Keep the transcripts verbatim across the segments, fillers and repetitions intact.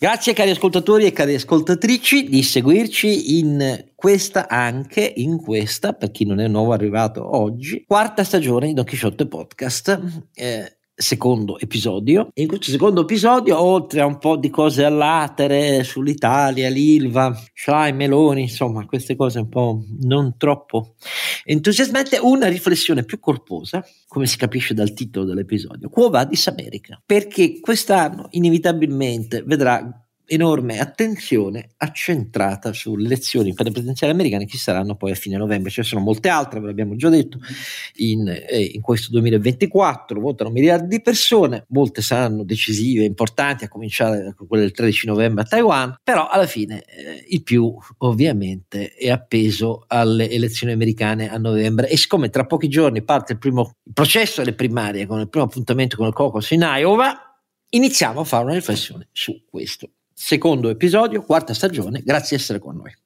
Grazie cari ascoltatori e cari ascoltatrici di seguirci in questa, anche in questa, per chi non è nuovo arrivato oggi, quarta stagione di Don Chisciotte Podcast, eh, secondo episodio. E in questo secondo episodio, oltre a un po' di cose all'atere sull'Italia, l'Ilva, Schlein, Meloni, insomma queste cose un po' non troppo entusiasmante, una riflessione più corposa, come si capisce dal titolo dell'episodio, Quo Vadis America, perché quest'anno inevitabilmente vedrà enorme attenzione accentrata sulle elezioni per le presidenziali americane che saranno poi a fine novembre. Ci sono molte altre, ve l'abbiamo già detto, in, eh, in questo duemilaventiquattro votano miliardi di persone, molte saranno decisive, importanti, a cominciare da quelle del tredici novembre a Taiwan, però alla fine eh, il più ovviamente è appeso alle elezioni americane a novembre, e siccome tra pochi giorni parte il primo il processo delle primarie con il primo appuntamento con il caucus in Iowa, iniziamo a fare una riflessione su questo. Secondo episodio, quarta stagione, grazie di essere con noi.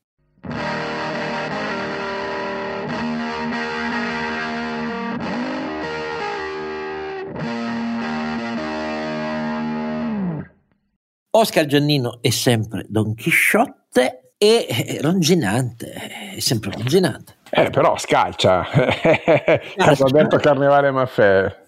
Oscar Giannino è sempre Don Chisciotte e ronzinante, è sempre ronzinante. Eh, però scalcia, come ha detto Carnevale Maffè.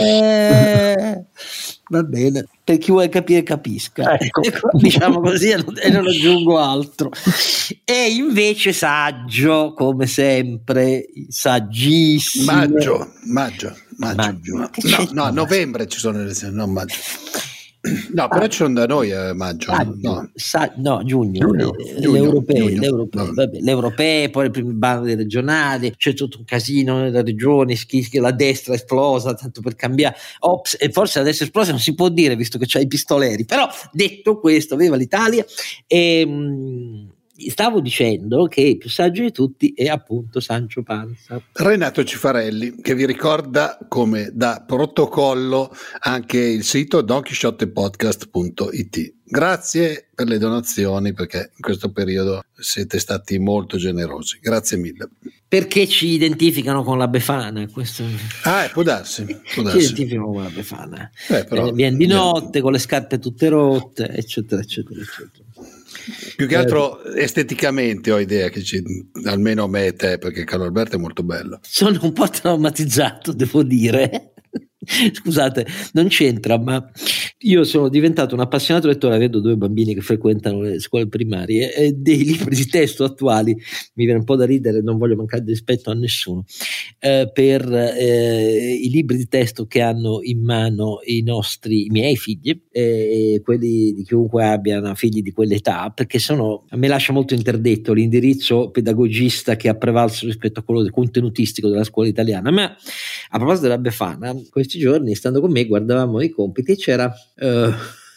Eh, va bene, per chi vuole capire capisca, ecco. Diciamo così, e non aggiungo altro. E invece saggio, come sempre, saggissimo. Maggio, maggio, maggio. maggio. No, no, a novembre ci sono le elezioni, non maggio. No, però ci sono da noi a maggio. Saggio, no. Sa- no, giugno, giugno, le, giugno, le europee, giugno. le europee, No. vabbè, le europee, poi le prime bande regionali, c'è tutto un casino nelle regioni, che la destra è esplosa, tanto per cambiare. Ops, e forse la destra è esplosa non si può dire, visto che c'è i pistoleri, però detto questo, viva l'Italia. E, mh, stavo dicendo che il più saggio di tutti è appunto Sancio Panza. Renato Cifarelli, che vi ricorda come da protocollo anche il sito don chisciotte podcast punto it. Grazie per le donazioni, perché in questo periodo siete stati molto generosi, grazie mille. Perché ci identificano con la Befana, questo... Ah, può darsi, può darsi. Ci identificano con la Befana, eh, però, eh, viene di notte con le scarpe tutte rotte, eccetera eccetera eccetera. Più che altro eh, esteticamente ho idea che ci, almeno a me e te, perché Carlo Alberto è molto bello. Sono un po' traumatizzato, devo dire. Scusate, non c'entra, ma io sono diventato un appassionato lettore, avendo due bambini che frequentano le scuole primarie, e dei libri di testo attuali mi viene un po' da ridere, non voglio mancare di rispetto a nessuno, eh, per eh, i libri di testo che hanno in mano i nostri, i miei figli, e eh, quelli di chiunque abbia figli di quell'età, perché sono, a me lascia molto interdetto l'indirizzo pedagogista che ha prevalso rispetto a quello contenutistico della scuola italiana. Ma a proposito della Befana, questi giorni, stando con me, guardavamo i compiti e c'era uh,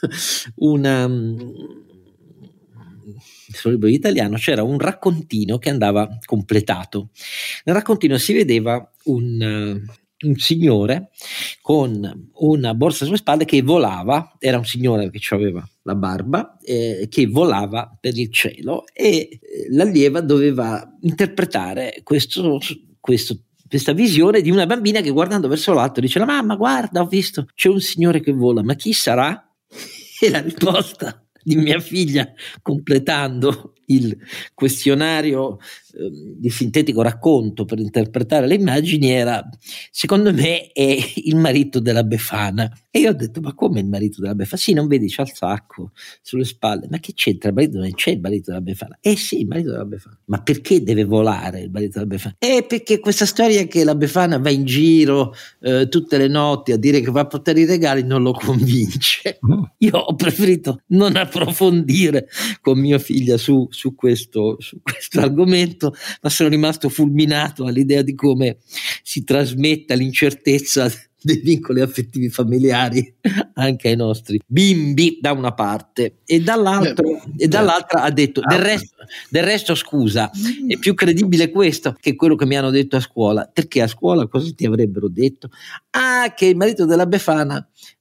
una sul libro di italiano c'era un raccontino che andava completato. Nel raccontino si vedeva un, uh, un signore con una borsa sulle spalle che volava, era un signore che aveva la barba, eh, che volava per il cielo, e eh, l'allieva doveva interpretare questo questo questa visione di una bambina che, guardando verso l'alto, dice: la mamma, guarda, ho visto, c'è un signore che vola, ma chi sarà? E la risposta di mia figlia, completando il questionario eh, di sintetico racconto per interpretare le immagini, era: secondo me è il marito della Befana. E io ho detto: ma come il marito della Befana? Sì, non vedi, c'ha il sacco sulle spalle. Ma che c'entra il marito? Non c'è il marito della Befana. Eh sì, il marito della Befana. Ma perché deve volare il marito della Befana? Eh, perché questa storia che la Befana va in giro eh, tutte le notti a dire che va a portare i regali non lo convince. Mm. Io ho preferito non approfondire con mia figlia su su questo, su questo argomento, ma sono rimasto fulminato all'idea di come si trasmetta l'incertezza dei vincoli affettivi familiari anche ai nostri bimbi da una parte, e dall'altro eh, e dall'altra ha detto: del resto, del resto scusa, è più credibile questo che quello che mi hanno detto a scuola. Perché a scuola cosa ti avrebbero detto? Ah, che il marito della Befana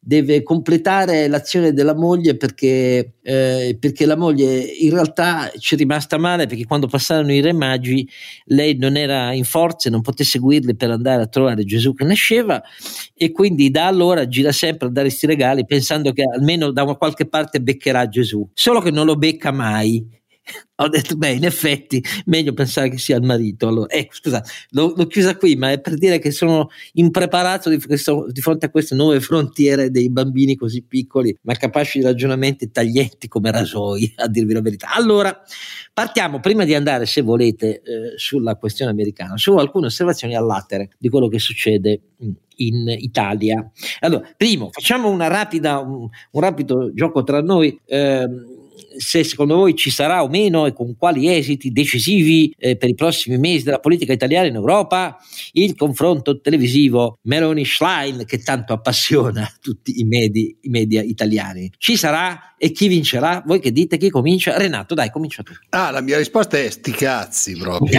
deve completare l'azione della moglie perché, eh, perché la moglie in realtà ci è rimasta male, perché quando passarono i Re Magi lei non era in forze, non poté seguirli per andare a trovare Gesù che nasceva, e quindi da allora gira sempre a dare sti regali pensando che almeno da una qualche parte beccherà Gesù, solo che non lo becca mai. Ho detto, beh, in effetti meglio pensare che sia il marito. Allora, ecco, scusa, l'ho, l'ho chiusa qui, ma è per dire che sono impreparato di, questo, di fronte a queste nuove frontiere dei bambini così piccoli, ma capaci di ragionamenti taglienti come rasoi, a dirvi la verità. Allora, partiamo, prima di andare, se volete, eh, sulla questione americana, su alcune osservazioni all'attere di quello che succede in Italia. Allora, primo, facciamo una rapida, un, un rapido gioco tra noi. Ehm, se secondo voi ci sarà o meno e con quali esiti decisivi eh, per i prossimi mesi della politica italiana in Europa il confronto televisivo Meloni-Schlein che tanto appassiona tutti i, medi, i media italiani. Ci sarà e chi vincerà? Voi che dite? Chi comincia? Renato, dai, comincia tu. Ah, la mia risposta è sti cazzi proprio.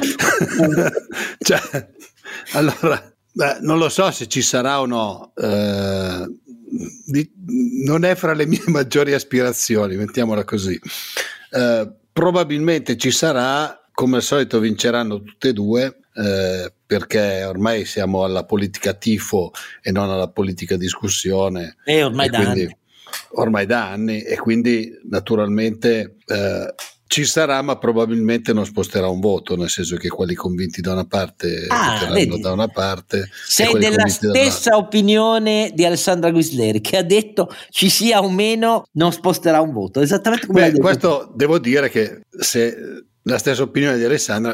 Cioè, allora, beh, non lo so se ci sarà o no. Eh, Di, non è fra le mie maggiori aspirazioni, mettiamola così. Eh, probabilmente ci sarà, come al solito vinceranno tutte e due, eh, perché ormai siamo alla politica tifo e non alla politica discussione. E ormai e da quindi, anni. Ormai da anni, e quindi naturalmente eh, ci sarà, ma probabilmente non sposterà un voto, nel senso che quelli convinti da una parte ah, voteranno vedi. da una parte. Sei della stessa opinione di Alessandra Guisleri, che ha detto ci sia o meno non sposterà un voto, esattamente come Beh, l'hai detto. Questo devo dire che se la stessa opinione di Alessandra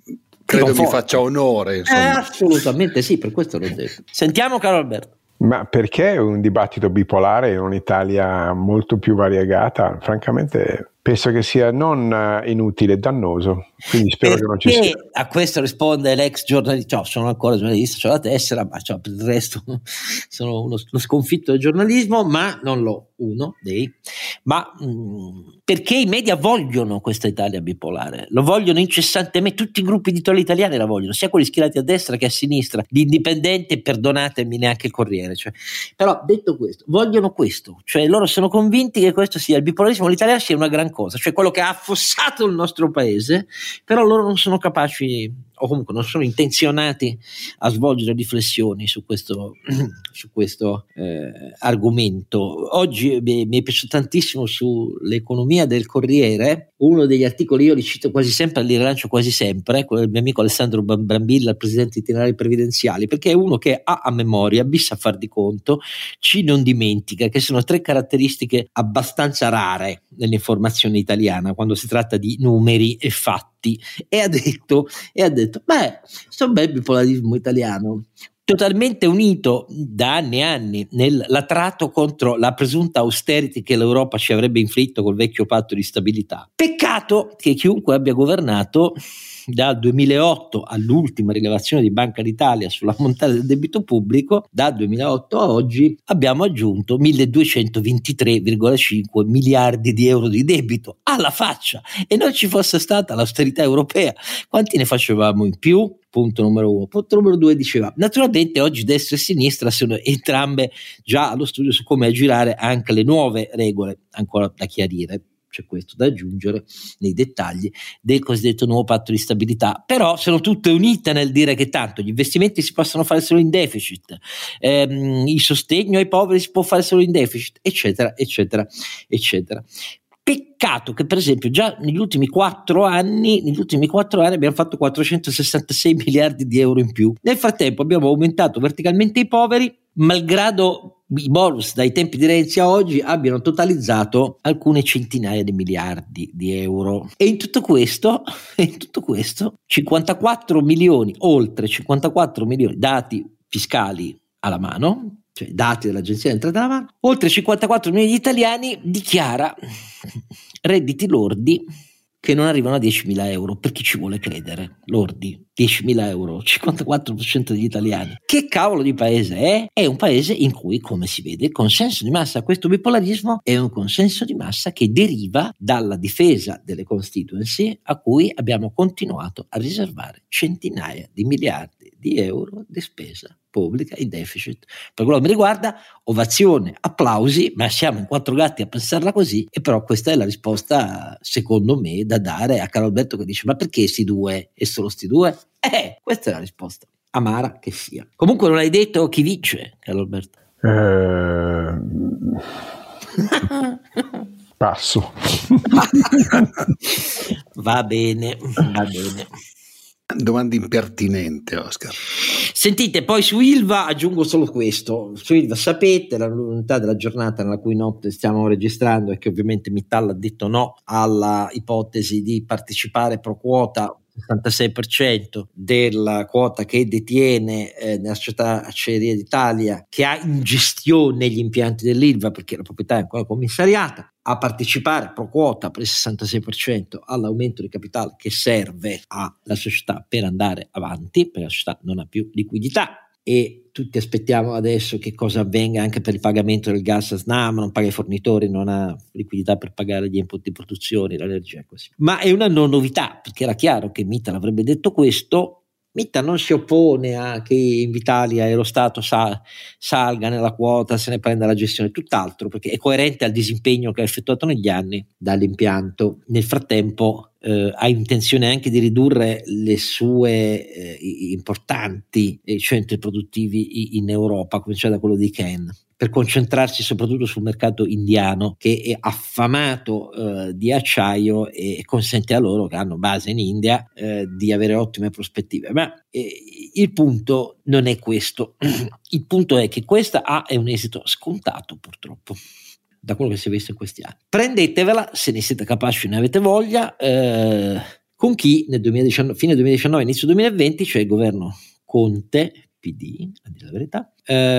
credo mi faccia onore, insomma. Eh, assolutamente sì, per questo l'ho detto. Sentiamo caro Alberto. Ma perché un dibattito bipolare in un'Italia molto più variegata? Francamente penso che sia non inutile, dannoso, quindi spero perché che non ci sia. A questo risponde l'ex giornalista, no, sono ancora giornalista, ho la tessera, ma cioè, per il resto sono uno, uno sconfitto del giornalismo, ma non l'ho, uno dei, ma mh, perché i media vogliono questa Italia bipolare, lo vogliono incessantemente, tutti i gruppi editoriali italiani la vogliono, sia quelli schierati a destra che a sinistra, l'Indipendente, perdonatemi, neanche il Corriere, cioè. Però detto questo, vogliono questo, cioè loro sono convinti che questo sia il bipolarismo, l'italiano sia una gran cosa, cioè quello che ha affossato il nostro paese, però loro non sono capaci o comunque non sono intenzionati a svolgere riflessioni su questo, su questo eh, argomento. Oggi mi, mi è piaciuto tantissimo sull'economia del Corriere, uno degli articoli, io li cito quasi sempre, li rilancio quasi sempre, quello del mio amico Alessandro Brambilla, il presidente itinerari previdenziali, perché è uno che ha a memoria, bis a far di conto, ci non dimentica, che sono tre caratteristiche abbastanza rare nell'informazione italiana quando si tratta di numeri e fatti. E ha detto, e ha detto beh, sto bel bipolarismo italiano totalmente unito da anni e anni nel latrato contro la presunta austerity che l'Europa ci avrebbe inflitto col vecchio patto di stabilità. Peccato che chiunque abbia governato dal duemilaotto all'ultima rilevazione di Banca d'Italia sulla montata del debito pubblico, dal duemilaotto a oggi abbiamo aggiunto milleduecentoventitré virgola cinque miliardi di euro di debito, alla faccia, e non ci fosse stata l'austerità europea. Quanti ne facevamo in più? Punto numero uno. Punto numero due diceva, naturalmente oggi destra e sinistra sono entrambe già allo studio su come aggirare anche le nuove regole, ancora da chiarire, c'è questo da aggiungere nei dettagli del cosiddetto nuovo patto di stabilità, però sono tutte unite nel dire che tanto gli investimenti si possono fare solo in deficit, ehm, il sostegno ai poveri si può fare solo in deficit, eccetera, eccetera, eccetera. Peccato che per esempio già negli ultimi quattro anni, negli ultimi quattro anni abbiamo fatto quattrocentosessantasei miliardi di euro in più. Nel frattempo abbiamo aumentato verticalmente i poveri, malgrado i bonus dai tempi di Renzi a oggi abbiano totalizzato alcune centinaia di miliardi di euro. E in tutto questo, in tutto questo, cinquantaquattro milioni, oltre cinquantaquattro milioni dati fiscali alla mano, cioè dati dell'Agenzia delle Entrate alla mano, oltre cinquantaquattro milioni di italiani dichiara redditi lordi che non arrivano a diecimila euro. Per chi ci vuole credere, lordi, diecimila euro, cinquantaquattro per cento degli italiani. Che cavolo di paese è? È un paese in cui, come si vede, il consenso di massa a questo bipolarismo è un consenso di massa che deriva dalla difesa delle constituency a cui abbiamo continuato a riservare centinaia di miliardi di euro di spesa pubblica in deficit. Per quello che mi riguarda, ovazione, applausi, ma siamo in quattro gatti a pensarla così, e però questa è la risposta, secondo me, da dare a Carlo Alberto, che dice: ma perché sti due e solo sti due? Eh, questa è la risposta, amara che sia. Comunque non hai detto chi vince, Carlo Alberto. Eh... Passo. Va bene, va bene. Domanda impertinente, Oscar. Sentite, poi su Ilva aggiungo solo questo. Su Ilva sapete, la novità della giornata nella cui notte stiamo registrando è che ovviamente Mittal ha detto no alla ipotesi di partecipare pro quota, sessantasei per cento della quota che detiene eh, nella società Acciaierie d'Italia, che ha in gestione gli impianti dell'Ilva, perché la proprietà è ancora commissariata, a partecipare pro quota per il sessantasei per cento all'aumento di capitale che serve alla società per andare avanti, perché la società non ha più liquidità. E tutti aspettiamo adesso che cosa avvenga anche per il pagamento del gas a Snam, non paga i fornitori, non ha liquidità per pagare gli input di produzione, l'energia, così. Ma è una non novità, perché era chiaro che Mittal avrebbe detto questo. Mittal non si oppone a che Invitalia e lo Stato sal- salga nella quota, se ne prenda la gestione, tutt'altro, perché è coerente al disimpegno che ha effettuato negli anni dall'impianto. Nel frattempo eh, ha intenzione anche di ridurre le sue eh, importanti eh, centri produttivi in Europa, a cominciare da quello di Ken, per concentrarsi soprattutto sul mercato indiano, che è affamato eh, di acciaio e consente a loro, che hanno base in India, eh, di avere ottime prospettive. Ma eh, il punto non è questo. Il punto è che questa A è un esito scontato, purtroppo, da quello che si è visto in questi anni. Prendetevela se ne siete capaci, ne avete voglia, eh, con chi nel duemiladiciannove, fine duemiladiciannove, inizio duemilaventi, cioè il governo Conte, P D, a dire la verità,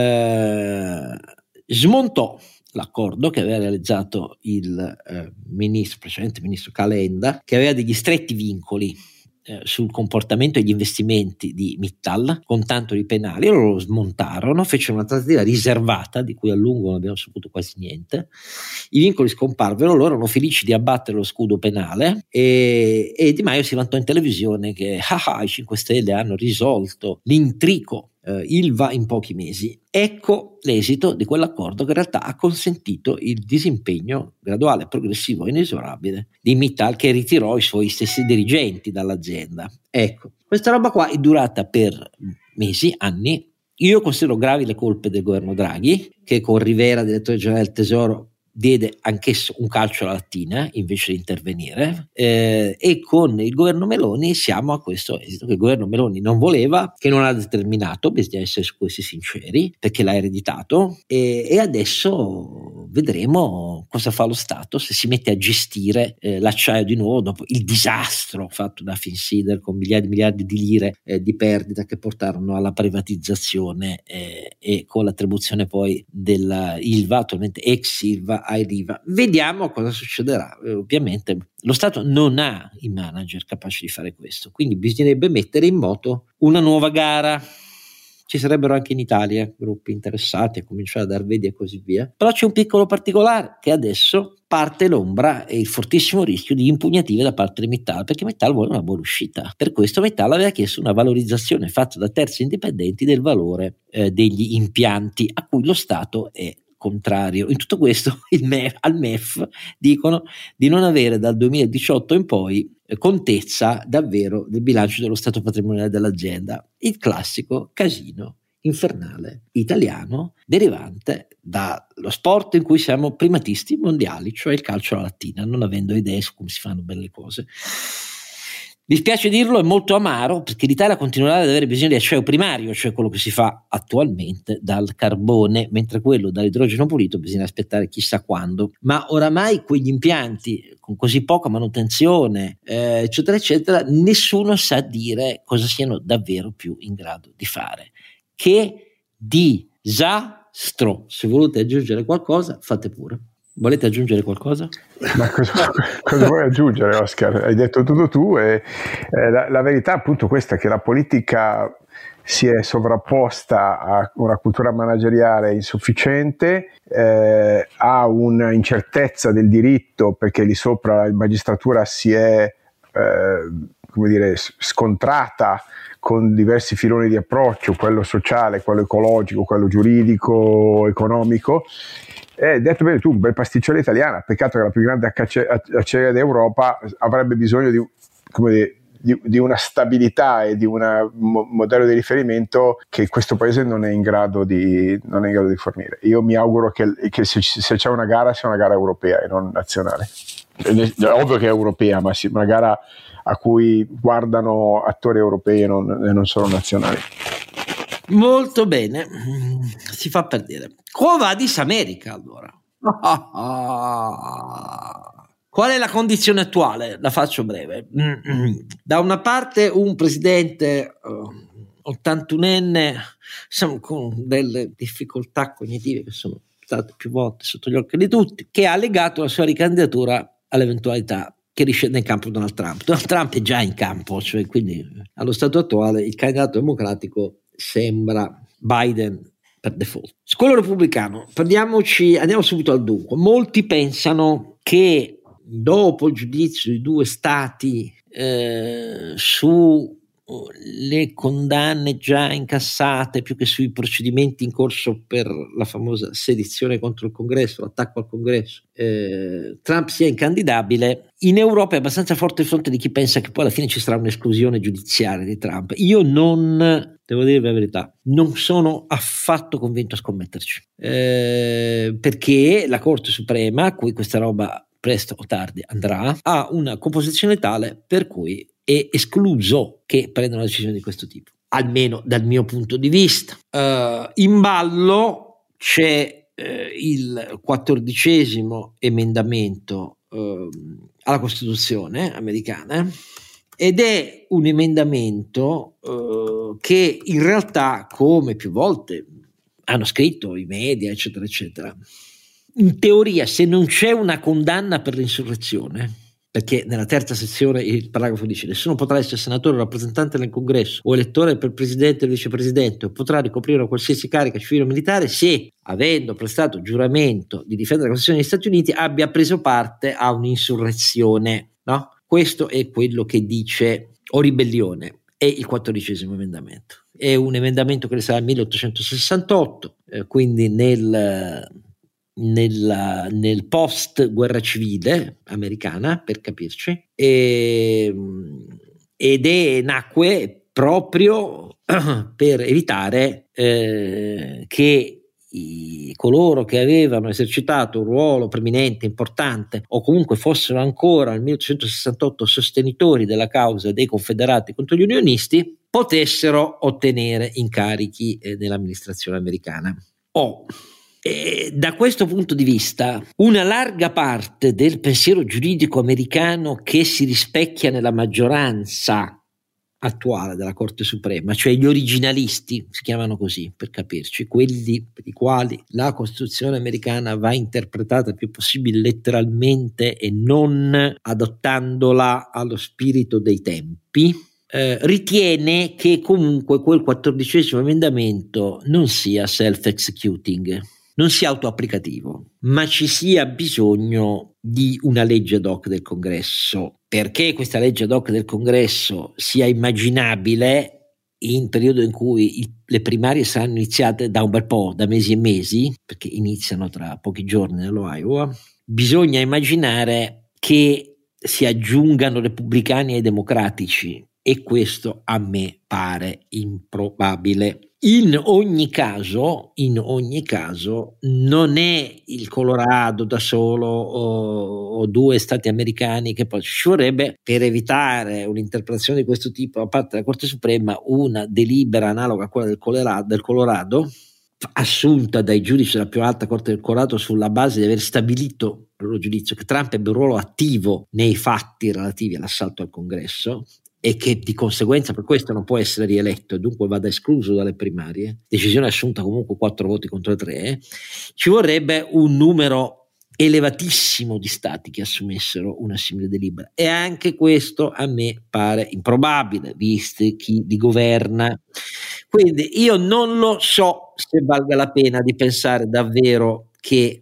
eh, smontò l'accordo che aveva realizzato il eh, ministro, precedente ministro Calenda, che aveva degli stretti vincoli eh, sul comportamento e gli investimenti di Mittal, con tanto di penali. Loro lo smontarono, fecero una trattativa riservata di cui a lungo non abbiamo saputo quasi niente. I vincoli scomparvero, loro erano felici di abbattere lo scudo penale, e, e Di Maio si vantò in televisione che ah, ah, i cinque Stelle hanno risolto l'intrico Uh, Ilva in pochi mesi. Ecco l'esito di quell'accordo, che in realtà ha consentito il disimpegno graduale, progressivo e inesorabile di Mittal, che ritirò i suoi stessi dirigenti dall'azienda. Ecco, questa roba qua è durata per mesi, anni. Io considero gravi le colpe del governo Draghi, che con Rivera, direttore generale del Tesoro, diede anch'esso un calcio alla lattina invece di intervenire, eh, e con il governo Meloni siamo a questo esito, che il governo Meloni non voleva, che non ha determinato, bisogna essere su questi sinceri, perché l'ha ereditato, e, e adesso vedremo cosa fa lo Stato, se si mette a gestire eh, l'acciaio di nuovo dopo il disastro fatto da Finsider con miliardi e miliardi di lire eh, di perdita che portarono alla privatizzazione eh, e con l'attribuzione poi della Ilva, attualmente ex Ilva, a Riva. Vediamo cosa succederà. Eh, ovviamente lo Stato non ha i manager capaci di fare questo, quindi bisognerebbe mettere in moto una nuova gara. Ci sarebbero anche in Italia gruppi interessati a cominciare a dar vedi e così via, però c'è un piccolo particolare, che adesso parte l'ombra e il fortissimo rischio di impugnative da parte di Mittal, perché Mittal vuole una buona uscita. Per questo Mittal aveva chiesto una valorizzazione fatta da terzi indipendenti del valore eh, degli impianti, a cui lo Stato è contrario. In tutto questo il M E F, al M E F dicono di non avere dal duemiladiciotto in poi eh, contezza davvero del bilancio dello stato patrimoniale dell'azienda, il classico casino infernale italiano derivante dallo sport in cui siamo primatisti mondiali, cioè il calcio alla lattina, non avendo idee su come si fanno belle cose. Mi spiace dirlo, è molto amaro, perché l'Italia continuerà ad avere bisogno di acciaio primario, cioè quello che si fa attualmente dal carbone, mentre quello dall'idrogeno pulito bisogna aspettare chissà quando. Ma oramai quegli impianti con così poca manutenzione, eh, eccetera eccetera, nessuno sa dire cosa siano davvero più in grado di fare. Che disastro! Se volete aggiungere qualcosa, fate pure. Volete aggiungere qualcosa? Ma cosa, cosa vuoi aggiungere, Oscar? Hai detto tutto tu, e eh, la, la verità appunto questa, che la politica si è sovrapposta a una cultura manageriale insufficiente, eh, a un'incertezza del diritto, perché lì sopra la magistratura si è eh, come dire, scontrata con diversi filoni di approccio, quello sociale, quello ecologico, quello giuridico, economico. E detto bene tu, un bel pasticcione italiana, peccato che la più grande acciaieria d'Europa avrebbe bisogno di, come dire, di, di una stabilità e di un mo- modello di riferimento che questo paese non è in grado di, non è in grado di fornire. Io mi auguro che, che se, se c'è una gara sia una gara europea e non nazionale. È ovvio che è europea, ma sì, una gara a cui guardano attori europei e non, e non solo nazionali. Molto bene, si fa per dire. Quo vadis America allora? Qual è la condizione attuale? La faccio breve. Da una parte un presidente uh, ottantunenne, insomma, con delle difficoltà cognitive che sono state più volte sotto gli occhi di tutti, che ha legato la sua ricandidatura all'eventualità che riscende in campo Donald Trump. Donald Trump è già in campo, cioè quindi allo stato attuale il candidato democratico sembra Biden per default. Su quello repubblicano, parliamoci, andiamo subito al dunque. Molti pensano che dopo il giudizio di due stati eh, su le condanne già incassate più che sui procedimenti in corso per la famosa sedizione contro il Congresso, l'attacco al Congresso, eh, Trump sia incandidabile. In Europa è abbastanza forte il fronte di chi pensa che poi alla fine ci sarà un'esclusione giudiziaria di Trump. Io non, devo dire la verità, non sono affatto convinto a scommetterci, eh, perché la Corte Suprema, a cui questa roba presto o tardi andrà, ha una composizione tale per cui è escluso che prenda una decisione di questo tipo, almeno dal mio punto di vista. Uh, in ballo c'è uh, il quattordicesimo emendamento uh, alla Costituzione americana ed è un emendamento uh, che in realtà, come più volte hanno scritto i media, eccetera, eccetera, in teoria, se non c'è una condanna per l'insurrezione, perché nella terza sezione il paragrafo dice: nessuno potrà essere senatore o rappresentante nel Congresso o elettore per presidente o vicepresidente o potrà ricoprire qualsiasi carica civile o militare se, avendo prestato giuramento di difendere la Costituzione degli Stati Uniti, abbia preso parte a un'insurrezione, no? Questo è quello che dice, o ribellione, è il quattordicesimo emendamento. È un emendamento che risale al milleottocentosessantotto, eh, quindi nel... Nella, nel post guerra civile americana, per capirci, e, ed è nacque proprio per evitare eh, che i, coloro che avevano esercitato un ruolo preminente, importante, o comunque fossero ancora nel milleottocentosessantotto sostenitori della causa dei confederati contro gli unionisti, potessero ottenere incarichi eh, nell'amministrazione americana. O E da questo punto di vista, una larga parte del pensiero giuridico americano che si rispecchia nella maggioranza attuale della Corte Suprema, cioè gli originalisti, si chiamano così per capirci, quelli per i quali la Costituzione americana va interpretata il più possibile letteralmente e non adottandola allo spirito dei tempi, eh, ritiene che comunque quel quattordicesimo emendamento non sia self-executing, non sia autoapplicativo, ma ci sia bisogno di una legge ad hoc del Congresso. Perché questa legge ad hoc del Congresso sia immaginabile in periodo in cui i, le primarie saranno iniziate da un bel po', da mesi e mesi, perché iniziano tra pochi giorni nell'Iowa, bisogna immaginare che si aggiungano repubblicani ai democratici, e questo a me pare improbabile. In ogni caso, in ogni caso, non è il Colorado da solo o, o due stati americani che poi ci vorrebbe, per evitare un'interpretazione di questo tipo da parte della Corte Suprema, una delibera analoga a quella del Colorado, del Colorado assunta dai giudici della più alta Corte del Colorado sulla base di aver stabilito il loro giudizio che Trump ebbe un ruolo attivo nei fatti relativi all'assalto al Congresso e che di conseguenza per questo non può essere rieletto e dunque vada escluso dalle primarie, decisione assunta comunque quattro voti contro tre, ci vorrebbe un numero elevatissimo di stati che assumessero una simile delibera, e anche questo a me pare improbabile visto chi li governa. Quindi io non lo so se valga la pena di pensare davvero che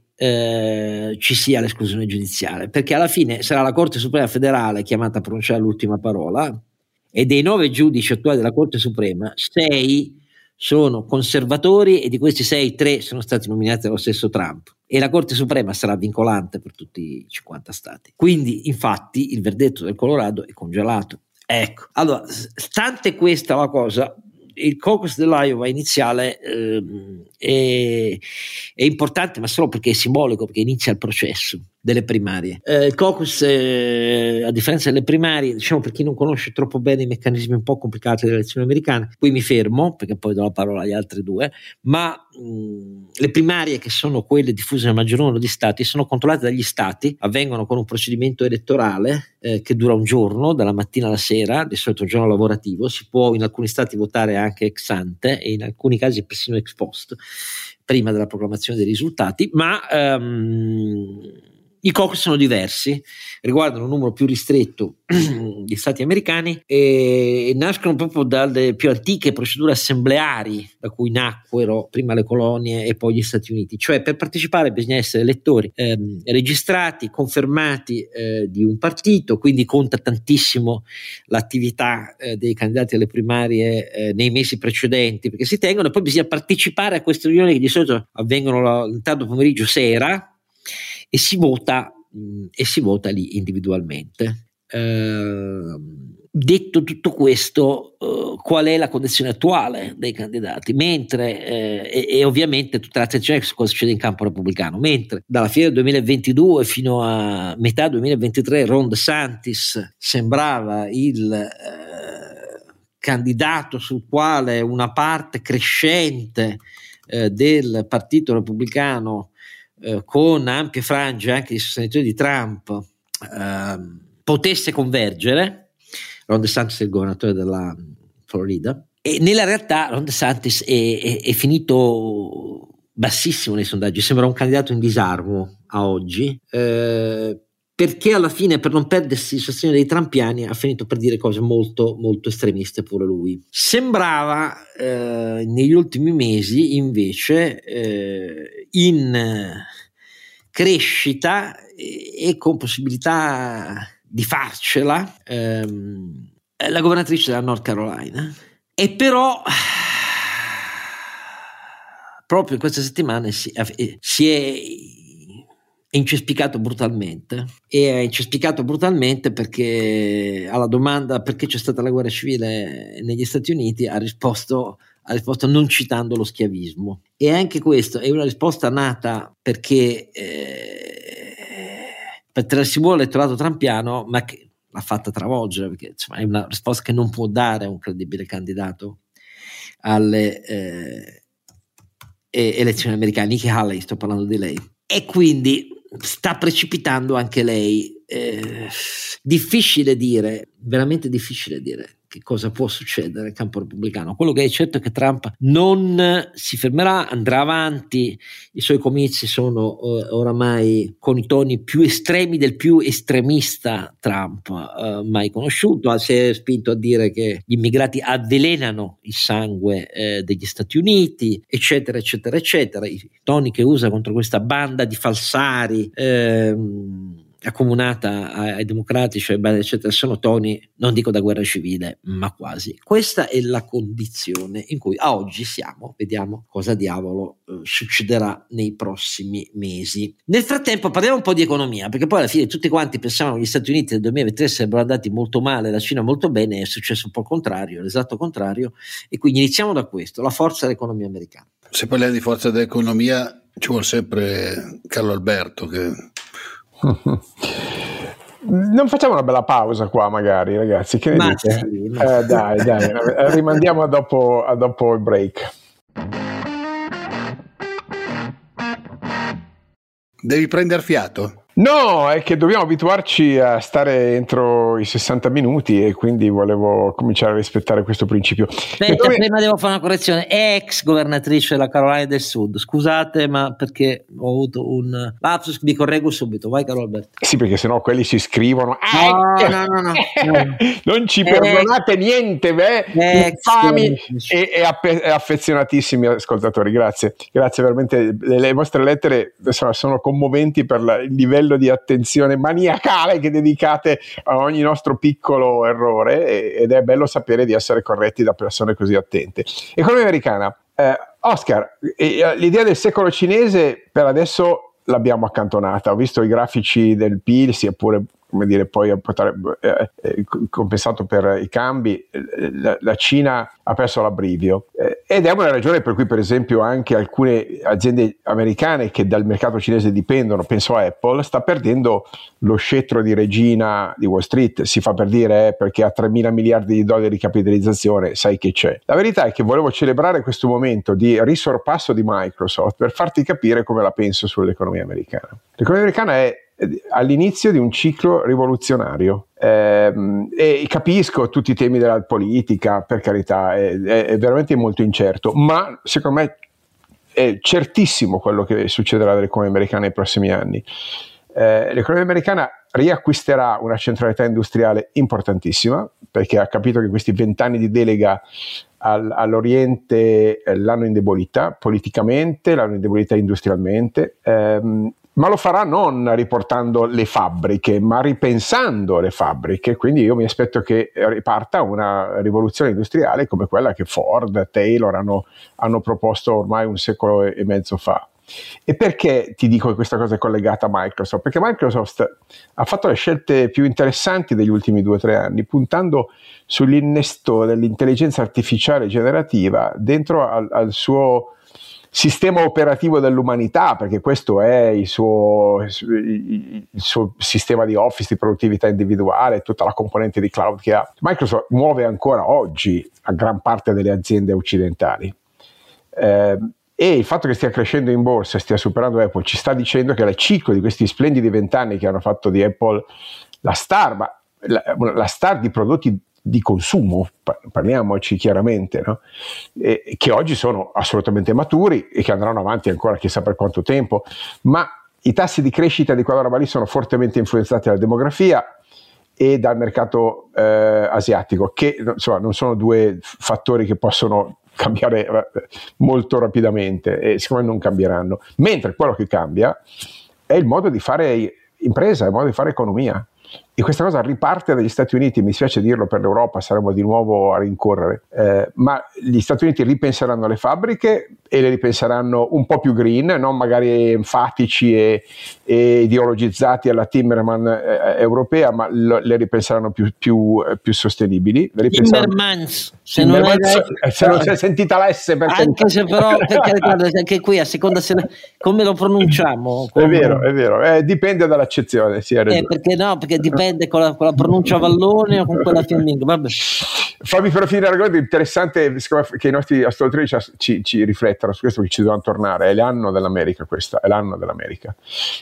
Eh, ci sia l'esclusione giudiziale, perché alla fine sarà la Corte Suprema Federale chiamata a pronunciare l'ultima parola, e dei nove giudici attuali della Corte Suprema, sei sono conservatori e di questi sei, tre sono stati nominati dallo stesso Trump e la Corte Suprema sarà vincolante per tutti i cinquanta stati. Quindi infatti il verdetto del Colorado è congelato. Ecco, allora, stante questa la cosa, il caucus dell'Iowa iniziale ehm, è, è importante, ma solo perché è simbolico, perché inizia il processo delle primarie. Eh, il caucus, eh, a differenza delle primarie, diciamo, per chi non conosce troppo bene i meccanismi un po' complicati delle elezioni americane, qui mi fermo perché poi do la parola agli altri due, ma mh, le primarie, che sono quelle diffuse nel maggior numero di stati, sono controllate dagli stati, avvengono con un procedimento elettorale eh, che dura un giorno, dalla mattina alla sera, di solito un giorno lavorativo. Si può in alcuni stati votare anche ex ante e in alcuni casi persino ex post, prima della proclamazione dei risultati, ma um, i caucus sono diversi, riguardano un numero più ristretto di stati americani e nascono proprio dalle più antiche procedure assembleari da cui nacquero prima le colonie e poi gli Stati Uniti. Cioè, per partecipare bisogna essere elettori ehm, registrati, confermati eh, di un partito, quindi conta tantissimo l'attività eh, dei candidati alle primarie eh, nei mesi precedenti, perché si tengono, e poi bisogna partecipare a queste riunioni che di solito avvengono il tardo pomeriggio, sera, e si vota mh, e si vota lì individualmente. Eh, detto tutto questo, eh, qual è la condizione attuale dei candidati? Mentre eh, e, e ovviamente tutta l'attenzione su cosa succede in campo repubblicano, mentre dalla fine del duemilaventidue fino a metà duemilaventitré Ron DeSantis sembrava il eh, candidato sul quale una parte crescente eh, del partito repubblicano, Eh, con ampie frange anche di sostenitori di Trump, eh, potesse convergere. Ron DeSantis è il governatore della Florida, e nella realtà Ron DeSantis è, è, è finito bassissimo nei sondaggi, sembra un candidato in disarmo a oggi, eh, perché alla fine, per non perdersi il sostegno dei trumpiani, ha finito per dire cose molto molto estremiste pure lui. Sembrava eh, negli ultimi mesi invece eh, in crescita e, e con possibilità di farcela ehm, la governatrice della North Carolina. E però proprio in queste settimane si, si è è incespicato brutalmente e è incespicato brutalmente perché alla domanda perché c'è stata la guerra civile negli Stati Uniti ha risposto, ha risposto non citando lo schiavismo. E anche questo è una risposta nata perché eh, per tirarsi buono l'elettorato trumpiano, ma che l'ha fatta travolgere, perché insomma è una risposta che non può dare un credibile candidato alle eh, elezioni americane. Nikki Haley, sto parlando di lei, e quindi sta precipitando anche lei. Eh, difficile dire, veramente difficile dire che cosa può succedere nel campo repubblicano. Quello che è certo è che Trump non si fermerà, andrà avanti. I suoi comizi sono eh, oramai con i toni più estremi del più estremista Trump eh, mai conosciuto. Si è spinto a dire che gli immigrati avvelenano il sangue eh, degli Stati Uniti, eccetera eccetera eccetera. I toni che usa contro questa banda di falsari ehm, accomunata ai democratici eccetera sono toni, non dico da guerra civile, ma quasi. Questa è la condizione in cui a oggi siamo. Vediamo cosa diavolo eh, succederà nei prossimi mesi. Nel frattempo parliamo un po' di economia, perché poi alla fine tutti quanti pensavano che gli Stati Uniti nel duemilaventitré sarebbero andati molto male, la Cina molto bene. È successo un po' il contrario, l'esatto contrario, e quindi iniziamo da questo: la forza dell'economia americana. Se parliamo di forza dell'economia ci vuole sempre Carlo Alberto che non facciamo una bella pausa qua magari, ragazzi, che ne ma dite? Sì, ma Eh, dai dai rimandiamo a dopo, a dopo il break. devi prendere fiato. No, è che dobbiamo abituarci a stare entro i sessanta minuti e quindi volevo cominciare a rispettare questo principio. Aspetta, dove... prima devo fare una correzione. È ex governatrice della Carolina del Sud. Scusate, ma perché ho avuto un lapsus, mi correggo subito. Vai, Carlo Alberto. Sì, perché sennò quelli si scrivono. No, no, no, no, no. Non ci Ex. Perdonate niente, beh, infami e, e, appe- e affezionatissimi ascoltatori. Grazie, grazie veramente. Le, le vostre lettere sono, sono commoventi per la, il livello livello di attenzione maniacale che dedicate a ogni nostro piccolo errore, ed è bello sapere di essere corretti da persone così attente. Economia americana. Eh, Oscar, eh, l'idea del secolo cinese per adesso l'abbiamo accantonata. Ho visto i grafici del P I L, sia pure, come dire, poi eh, eh, compensato per i cambi, la, la Cina ha perso l'abbrivio, eh, ed è una ragione per cui per esempio anche alcune aziende americane che dal mercato cinese dipendono, penso a Apple, sta perdendo lo scettro di regina di Wall Street. Si fa per dire eh, perché ha tremila miliardi di dollari di capitalizzazione, sai che c'è. La verità è che volevo celebrare questo momento di risorpasso di Microsoft per farti capire come la penso sull'economia americana. L'economia americana è all'inizio di un ciclo rivoluzionario, eh, e capisco tutti i temi della politica, per carità, è, è veramente molto incerto, ma secondo me è certissimo quello che succederà all'economia americana nei prossimi anni. Eh, l'economia americana riacquisterà una centralità industriale importantissima, perché ha capito che questi vent'anni di delega al, all'Oriente eh, l'hanno indebolita politicamente, l'hanno indebolita industrialmente, ehm, ma lo farà non riportando le fabbriche, ma ripensando le fabbriche. Quindi io mi aspetto che riparta una rivoluzione industriale come quella che Ford, Taylor hanno, hanno proposto ormai un secolo e mezzo fa. E perché ti dico che questa cosa è collegata a Microsoft? Perché Microsoft ha fatto le scelte più interessanti degli ultimi due o tre anni, puntando sull'innesto dell'intelligenza artificiale generativa dentro al, al suo sistema operativo dell'umanità, perché questo è il suo, il suo sistema di office, di produttività individuale, tutta la componente di cloud che ha. Microsoft muove ancora oggi a gran parte delle aziende occidentali, eh, e il fatto che stia crescendo in borsa e stia superando Apple ci sta dicendo che il ciclo di questi splendidi vent'anni che hanno fatto di Apple la star, ma la, la star di prodotti di consumo, parliamoci chiaramente, no? E, che oggi sono assolutamente maturi e che andranno avanti ancora chissà per quanto tempo, ma i tassi di crescita di quella roba lì sono fortemente influenzati dalla demografia e dal mercato eh, asiatico, che insomma non sono due fattori che possono cambiare molto rapidamente, e secondo me non cambieranno, mentre quello che cambia è il modo di fare impresa, è il modo di fare economia. E questa cosa riparte dagli Stati Uniti, mi spiace dirlo per l'Europa, saremo di nuovo a rincorrere, eh, ma gli Stati Uniti ripenseranno le fabbriche e le ripenseranno un po' più green, non magari enfatici e, e ideologizzati alla Timmerman eh, europea, ma lo, le ripenseranno più, più, più sostenibili. Le Timmermans, se non, non, hai, se non si è sentita l'S, perché anche se però perché, anche qui a seconda se, come lo pronunciamo, come... è vero, è vero, eh, dipende dall'accezione, sì, eh, perché no, perché dipende con la, con la pronuncia vallone o con quella fiamminga. Vabbè. Fammi però finire l'argomento. Interessante che i nostri ascoltatori ci, ci, ci riflettano su questo, che ci devono tornare. È l'anno dell'America, questo è l'anno dell'America.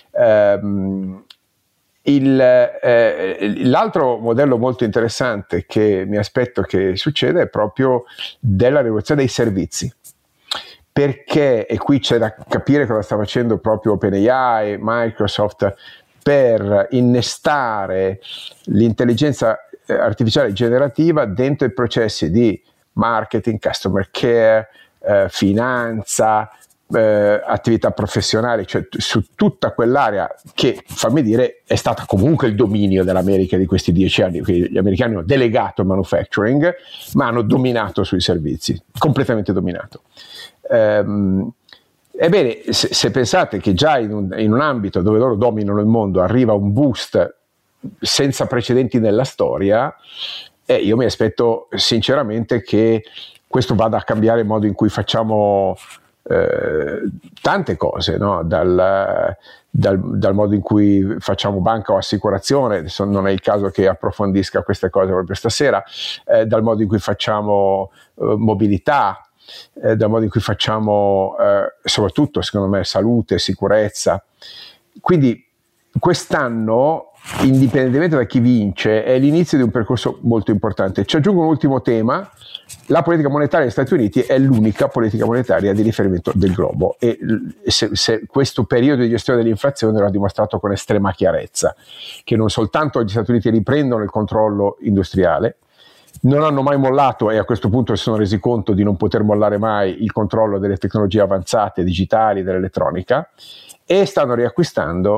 Ehm, il, eh, l'altro modello molto interessante che mi aspetto che succeda è proprio della rivoluzione dei servizi, perché, e qui c'è da capire cosa sta facendo proprio OpenAI, Microsoft, per innestare l'intelligenza artificiale generativa dentro i processi di marketing, customer care, eh, finanza, eh, attività professionali, cioè t- su tutta quell'area che, fammi dire, è stata comunque il dominio dell'America di questi dieci anni. Quindi gli americani hanno delegato il manufacturing, ma hanno dominato sui servizi, completamente dominato. Ehm, Ebbene, se, se pensate che già in un, in un ambito dove loro dominano il mondo arriva un boost senza precedenti nella storia, eh, io mi aspetto sinceramente che questo vada a cambiare il modo in cui facciamo eh, tante cose, no? dal, dal, dal modo in cui facciamo banca o assicurazione, adesso non è il caso che approfondisca queste cose proprio stasera, eh, dal modo in cui facciamo eh, mobilità, Eh, dal modo in cui facciamo eh, soprattutto secondo me salute, sicurezza. Quindi quest'anno, indipendentemente da chi vince, è l'inizio di un percorso molto importante. Ci aggiungo un ultimo tema: la politica monetaria degli Stati Uniti è l'unica politica monetaria di riferimento del globo, e se, se questo periodo di gestione dell'inflazione lo ha dimostrato con estrema chiarezza, che non soltanto gli Stati Uniti riprendono il controllo industriale, non hanno mai mollato, e a questo punto si sono resi conto di non poter mollare mai il controllo delle tecnologie avanzate digitali, dell'elettronica, e stanno riacquistando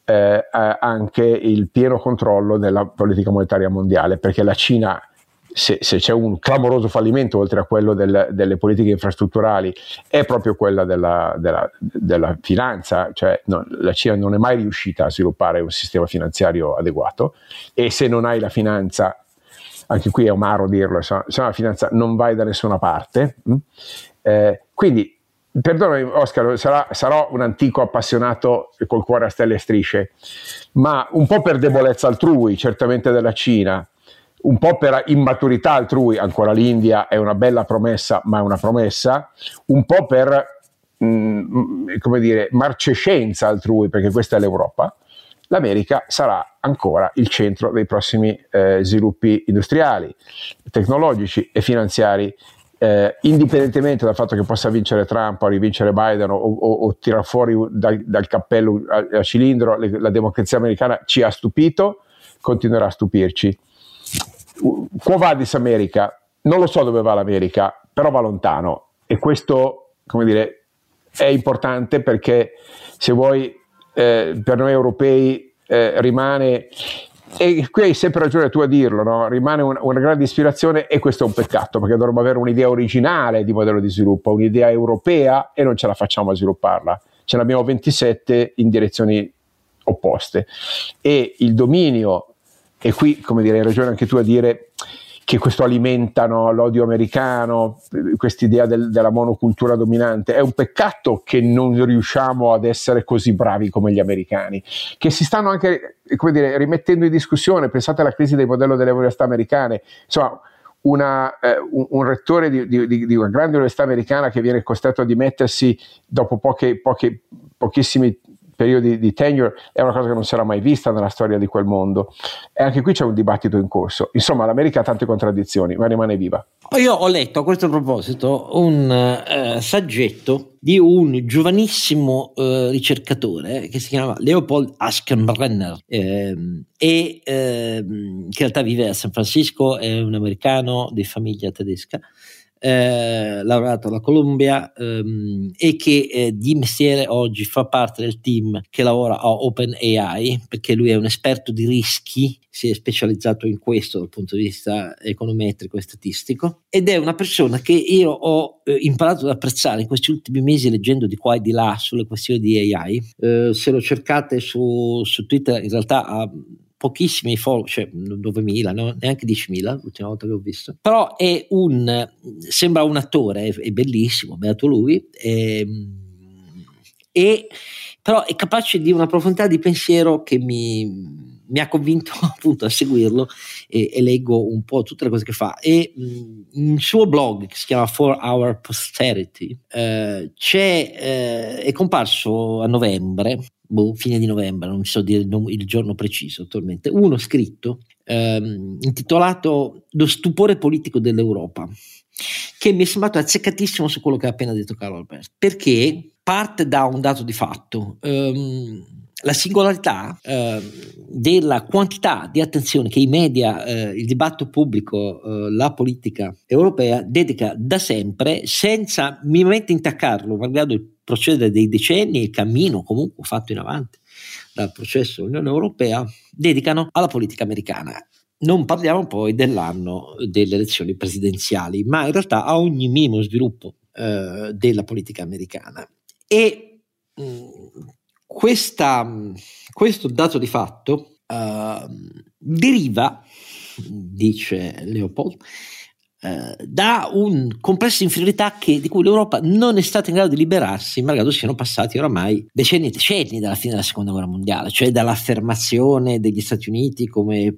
eh, anche il pieno controllo della politica monetaria mondiale, perché la Cina, se, se c'è un clamoroso fallimento oltre a quello del, delle politiche infrastrutturali, è proprio quella della, della, della finanza, cioè no, la Cina non è mai riuscita a sviluppare un sistema finanziario adeguato, e se non hai la finanza, anche qui è amaro dirlo, se non hai la finanza non vai da nessuna parte. Eh, quindi, perdonami Oscar, sarà, sarò un antico appassionato col cuore a stelle e strisce, ma un po' per debolezza altrui, certamente della Cina, un po' per immaturità altrui, ancora l'India è una bella promessa, ma è una promessa, un po' per mh, come dire, marcescenza altrui, perché questa è l'Europa, l'America sarà ancora il centro dei prossimi eh, sviluppi industriali, tecnologici e finanziari, eh, indipendentemente dal fatto che possa vincere Trump o rivincere Biden o, o, o tirar fuori dal, dal cappello a, a cilindro. La democrazia americana ci ha stupito, continuerà a stupirci. Quo vadis America? Non lo so dove va l'America, però va lontano, e questo, come dire, è importante, perché se vuoi eh, per noi europei eh, rimane, e qui hai sempre ragione tu a dirlo, no? Rimane un, una grande ispirazione, e questo è un peccato, perché dovremmo avere un'idea originale di modello di sviluppo, un'idea europea, e non ce la facciamo a svilupparla, ce ne abbiamo ventisette in direzioni opposte, e il dominio. E qui, come dire, hai ragione anche tu a dire che questo alimenta, no, l'odio americano, quest'idea del, della monocultura dominante. È un peccato che non riusciamo ad essere così bravi come gli americani, che si stanno anche, come dire, rimettendo in discussione. Pensate alla crisi del modello delle università americane. Insomma, una, eh, un, un rettore di, di, di una grande università americana che viene costretto a dimettersi dopo poche, poche, pochissimi periodi di tenure è una cosa che non si era mai vista nella storia di quel mondo, e anche qui c'è un dibattito in corso. Insomma, l'America ha tante contraddizioni, ma rimane viva. Io ho letto a questo proposito un uh, saggetto di un giovanissimo uh, ricercatore che si chiama Leopold Aschenbrenner, ehm, e ehm, che in realtà vive a San Francisco, è un americano di famiglia tedesca, Eh, lavorato alla Columbia, ehm, e che eh, di mestiere oggi fa parte del team che lavora a OpenAI, perché lui è un esperto di rischi, si è specializzato in questo dal punto di vista econometrico e statistico, ed è una persona che io ho eh, imparato ad apprezzare in questi ultimi mesi leggendo di qua e di là sulle questioni di A I. Eh, se lo cercate su, su Twitter, in realtà ha pochissimi follow, cioè novemila, no? Neanche diecimila l'ultima volta che ho visto, però è un, sembra un attore, è, è bellissimo, beato lui, è, e però è capace di una profondità di pensiero che mi, mi ha convinto appunto a seguirlo, e, e leggo un po' tutte le cose che fa. E mh, un suo blog che si chiama For Our Posterity eh, c'è, eh, è comparso a novembre, boh, fine di novembre, non so dire il, il giorno preciso attualmente, uno scritto ehm, intitolato Lo stupore politico dell'Europa, che mi è sembrato azzeccatissimo su quello che ha appena detto Carlo Alberto, perché parte da un dato di fatto. ehm, la singolarità eh, della quantità di attenzione che i media, eh, il dibattito pubblico, eh, la politica europea dedica da sempre, senza minimamente intaccarlo, malgrado il procedere dei decenni e il cammino comunque fatto in avanti dal processo dell'Unione Europea, dedicano alla politica americana. Non parliamo poi dell'anno delle elezioni presidenziali, ma in realtà a ogni minimo sviluppo eh, della politica americana. E mh, questa, questo dato di fatto uh, deriva, dice Leopold, uh, da un complesso di inferiorità che, di cui l'Europa non è stata in grado di liberarsi, malgrado siano passati oramai decenni e decenni dalla fine della seconda guerra mondiale, cioè dall'affermazione degli Stati Uniti come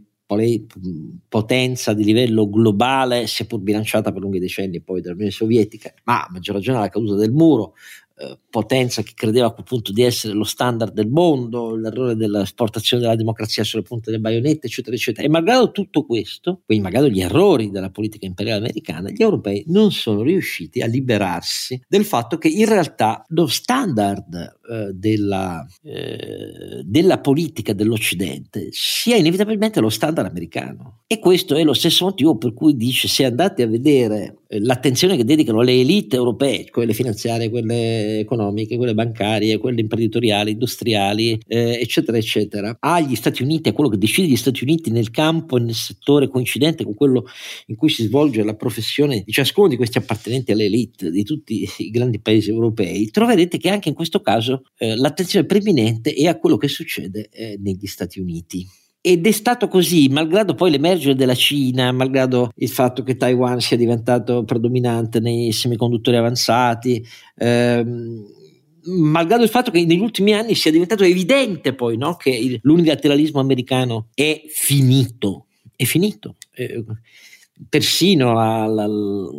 potenza di livello globale, seppur bilanciata per lunghi decenni poi dall'Unione Sovietica, ma a maggior ragione alla caduta del muro, eh, potenza che credeva a quel punto di essere lo standard del mondo, l'errore dell'esportazione della democrazia sulle punte delle baionette, eccetera eccetera. E malgrado tutto questo, quindi malgrado gli errori della politica imperiale americana, gli europei non sono riusciti a liberarsi del fatto che in realtà lo standard eh, della, eh, della politica dell'Occidente sia inevitabilmente lo standard americano, e questo è lo stesso motivo per cui dice: se andate a vedere eh, l'attenzione che dedicano le elite europee, quelle finanziarie, quelle economiche, quelle bancarie, quelle imprenditoriali, industriali, eh, eccetera eccetera, agli Stati Uniti, a quello che decide gli Stati Uniti nel campo e nel settore coincidente con quello in cui si svolge la professione di ciascuno di questi appartenenti alle elite di tutti i grandi paesi europei, troverete che anche in questo caso eh, l'attenzione preminente è a quello che succede eh, negli Stati Uniti. Ed è stato così, malgrado poi l'emergere della Cina, malgrado il fatto che Taiwan sia diventato predominante nei semiconduttori avanzati, ehm, malgrado il fatto che negli ultimi anni sia diventato evidente poi, no, che il, l'unilateralismo americano è finito, è finito. Eh, persino la, la,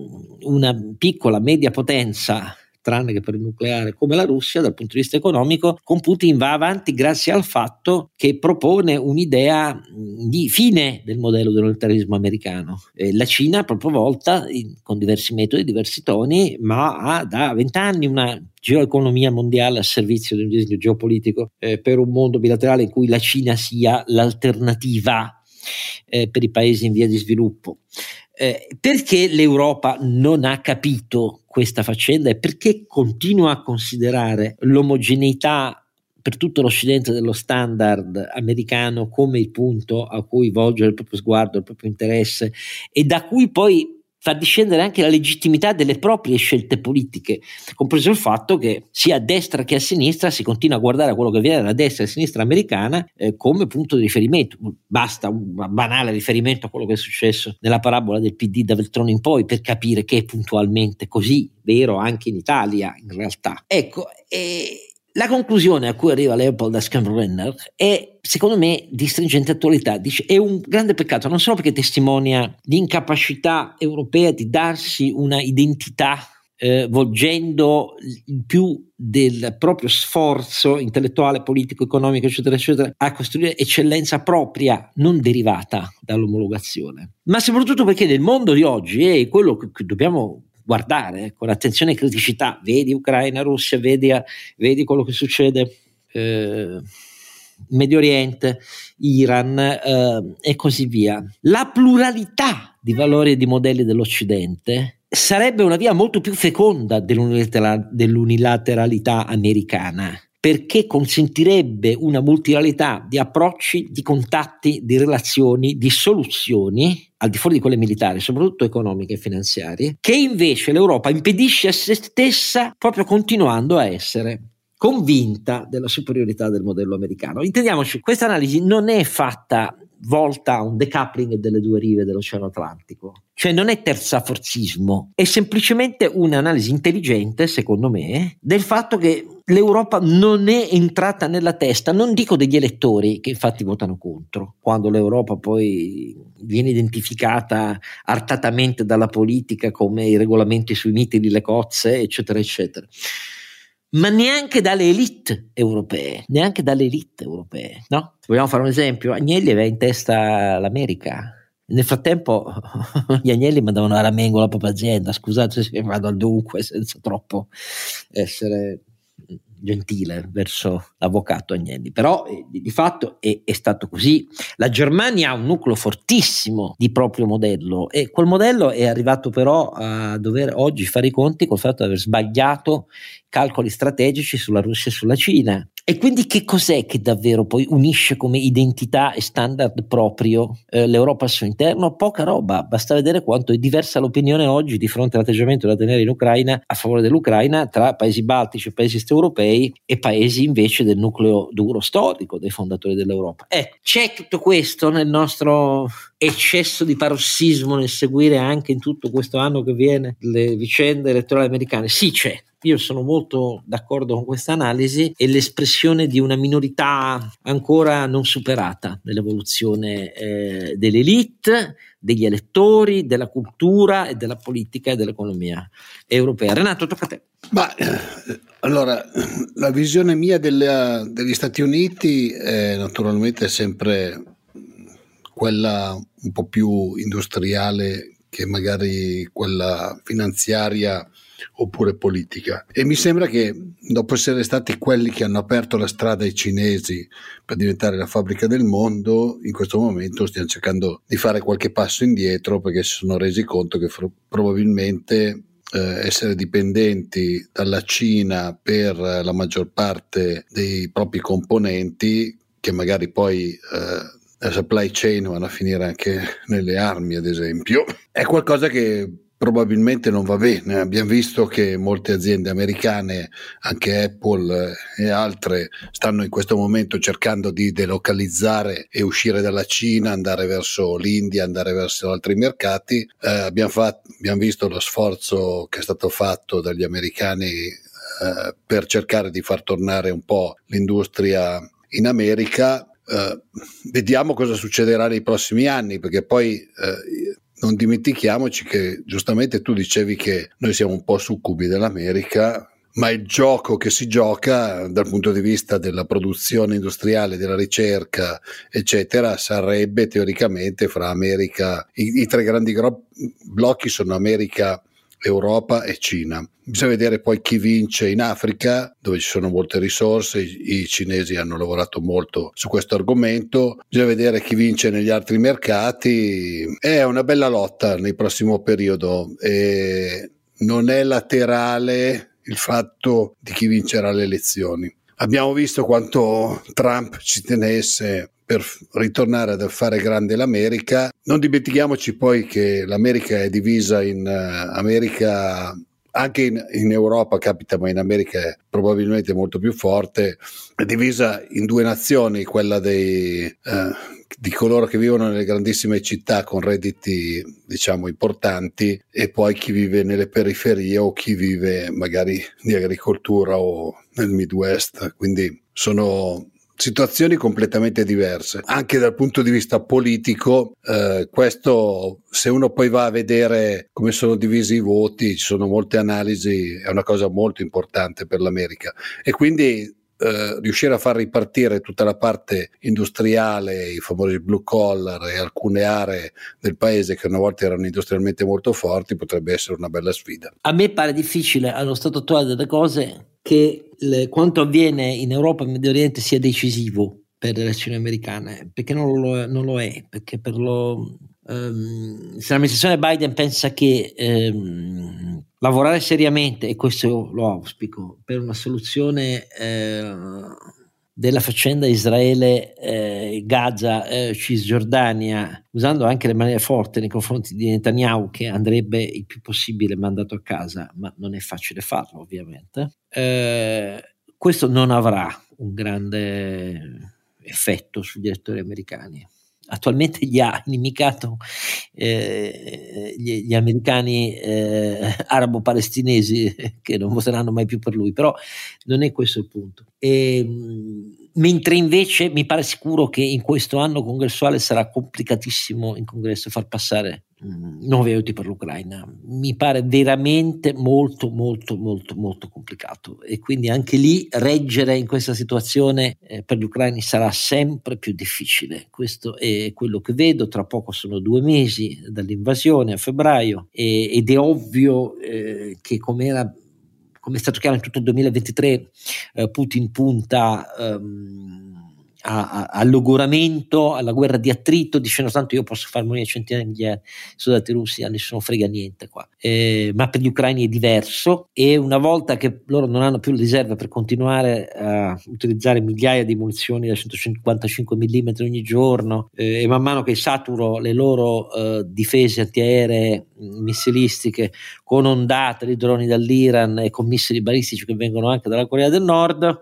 una piccola media potenza, tranne che per il nucleare, come la Russia, dal punto di vista economico, con Putin va avanti grazie al fatto che propone un'idea di fine del modello dell'unitarismo americano. E la Cina, a propria volta, in, con diversi metodi, diversi toni, ma ha da vent'anni una geoeconomia mondiale a servizio di un disegno geopolitico eh, per un mondo bilaterale in cui la Cina sia l'alternativa Eh, per i paesi in via di sviluppo. Eh, perché l'Europa non ha capito questa faccenda e perché continua a considerare l'omogeneità per tutto l'Occidente dello standard americano come il punto a cui volgere il proprio sguardo, il proprio interesse, e da cui poi fa discendere anche la legittimità delle proprie scelte politiche, compreso il fatto che sia a destra che a sinistra si continua a guardare a quello che viene dalla destra e sinistra americana eh, come punto di riferimento. Basta un banale riferimento a quello che è successo nella parabola del P D da Veltroni in poi per capire che è puntualmente così vero anche in Italia, in realtà. Ecco, e la conclusione a cui arriva Leopold Aschenbrenner è, secondo me, di stringente attualità. Dice: è un grande peccato, non solo perché testimonia l'incapacità europea di darsi una identità eh, volgendo il più del proprio sforzo intellettuale, politico, economico, eccetera, eccetera, a costruire eccellenza propria, non derivata dall'omologazione, ma soprattutto perché nel mondo di oggi è quello che dobbiamo guardare con attenzione e criticità. Vedi Ucraina, Russia, vedi, vedi quello che succede eh, in Medio Oriente, Iran eh, e così via. La pluralità di valori e di modelli dell'Occidente sarebbe una via molto più feconda dell'unilateral- dell'unilateralità americana, perché consentirebbe una multilateralità di approcci, di contatti, di relazioni, di soluzioni al di fuori di quelle militari, soprattutto economiche e finanziarie, che invece l'Europa impedisce a se stessa, proprio continuando a essere convinta della superiorità del modello americano. Intendiamoci, questa analisi non è fatta volta a un decoupling delle due rive dell'Oceano Atlantico, cioè non è terzaforzismo, è semplicemente un'analisi intelligente, secondo me, del fatto che l'Europa non è entrata nella testa, non dico degli elettori, che infatti votano contro, quando l'Europa poi viene identificata artatamente dalla politica come i regolamenti sui mitili, le cozze, eccetera eccetera, ma neanche dalle elite europee, neanche dalle elite europee, no? Vogliamo fare un esempio? Agnelli aveva in testa l'America. Nel frattempo gli Agnelli mandavano a ramengo la propria azienda, scusate se vado al dunque senza troppo essere gentile verso l'avvocato Agnelli, però eh, di, di fatto è, è stato così. La Germania ha un nucleo fortissimo di proprio modello e quel modello è arrivato però a dover oggi fare i conti col fatto di aver sbagliato calcoli strategici sulla Russia e sulla Cina. E quindi che cos'è che davvero poi unisce come identità e standard proprio eh, l'Europa al suo interno? Poca roba, basta vedere quanto è diversa l'opinione oggi di fronte all'atteggiamento da tenere in Ucraina a favore dell'Ucraina tra paesi baltici e paesi est europei e paesi invece del nucleo duro storico dei fondatori dell'Europa. Ecco, c'è tutto questo nel nostro eccesso di parossismo nel seguire anche in tutto questo anno che viene le vicende elettorali americane? Sì, c'è. Io sono molto d'accordo con questa analisi, è l'espressione di una minorità ancora non superata nell'evoluzione eh, dell'elite, degli elettori, della cultura e della politica e dell'economia europea. Renato, tocca a te. Ma allora, la visione mia delle, degli Stati Uniti è naturalmente sempre quella un po' più industriale che magari quella finanziaria oppure politica. E mi sembra che dopo essere stati quelli che hanno aperto la strada ai cinesi per diventare la fabbrica del mondo, in questo momento stiano cercando di fare qualche passo indietro, perché si sono resi conto che fr- probabilmente eh, essere dipendenti dalla Cina per la maggior parte dei propri componenti, che magari poi eh, la supply chain vanno a finire anche nelle armi, ad esempio, è qualcosa che probabilmente non va bene. Abbiamo visto che molte aziende americane, anche Apple e altre, stanno in questo momento cercando di delocalizzare e uscire dalla Cina, andare verso l'India, andare verso altri mercati. Eh, abbiamo, fatto, abbiamo visto lo sforzo che è stato fatto dagli americani eh, per cercare di far tornare un po' l'industria in America. Eh, vediamo cosa succederà nei prossimi anni, perché poi eh, non dimentichiamoci che giustamente tu dicevi che noi siamo un po' succubi dell'America, ma il gioco che si gioca dal punto di vista della produzione industriale, della ricerca, eccetera, sarebbe teoricamente fra America, i, i tre grandi gro- blocchi sono America, Europa e Cina. Bisogna vedere poi chi vince in Africa, dove ci sono molte risorse. I, i cinesi hanno lavorato molto su questo argomento. Bisogna vedere chi vince negli altri mercati. È una bella lotta nel prossimo periodo e non è laterale il fatto di chi vincerà le elezioni. Abbiamo visto quanto Trump ci tenesse per ritornare a fare grande l'America. Non dimentichiamoci poi che l'America è divisa in uh, America, anche in, in Europa capita, ma in America è probabilmente molto più forte, è divisa in due nazioni, quella dei, uh, di coloro che vivono nelle grandissime città con redditi diciamo importanti, e poi chi vive nelle periferie o chi vive magari di agricoltura o nel Midwest. Quindi sono situazioni completamente diverse anche dal punto di vista politico. Eh, questo, se uno poi va a vedere come sono divisi i voti, ci sono molte analisi, è una cosa molto importante per l'America, e quindi eh, riuscire a far ripartire tutta la parte industriale, i famosi blue collar e alcune aree del paese che una volta erano industrialmente molto forti, potrebbe essere una bella sfida. A me pare difficile allo stato attuale delle cose che le, quanto avviene in Europa e in Medio Oriente sia decisivo per le elezioni americane, perché non lo, non lo è, perché per lo, um, se l'amministrazione Biden pensa che um, lavorare seriamente, e questo lo auspico, per una soluzione eh, della faccenda Israele, eh, Gaza, eh, Cisgiordania, usando anche le maniere forti nei confronti di Netanyahu, che andrebbe il più possibile mandato a casa, ma non è facile farlo ovviamente, eh, questo non avrà un grande effetto sugli elettori americani. Attualmente gli ha inimicato eh, gli, gli americani eh, arabo-palestinesi che non voteranno mai più per lui, però non è questo il punto. E, mentre invece mi pare sicuro che in questo anno congressuale sarà complicatissimo in congresso far passare mh, nuovi aiuti per l'Ucraina. Mi pare veramente molto molto molto molto complicato, e quindi anche lì reggere in questa situazione eh, per gli ucraini sarà sempre più difficile. Questo è quello che vedo. Tra poco sono due mesi dall'invasione, a febbraio, e, ed è ovvio eh, che come era come è stato chiaro in tutto il duemilaventitré, eh, Putin punta um, a, a, al logoramento, alla guerra di attrito, dicendo tanto io posso far morire centinaia di migliaia di soldati russi, a nessuno frega niente qua. Eh, ma per gli ucraini è diverso, e una volta che loro non hanno più le riserve per continuare a utilizzare migliaia di munizioni da centocinquantacinque millimetri ogni giorno, eh, e man mano che saturano le loro eh, difese antiaeree missilistiche con ondate di droni dall'Iran e con missili balistici che vengono anche dalla Corea del Nord,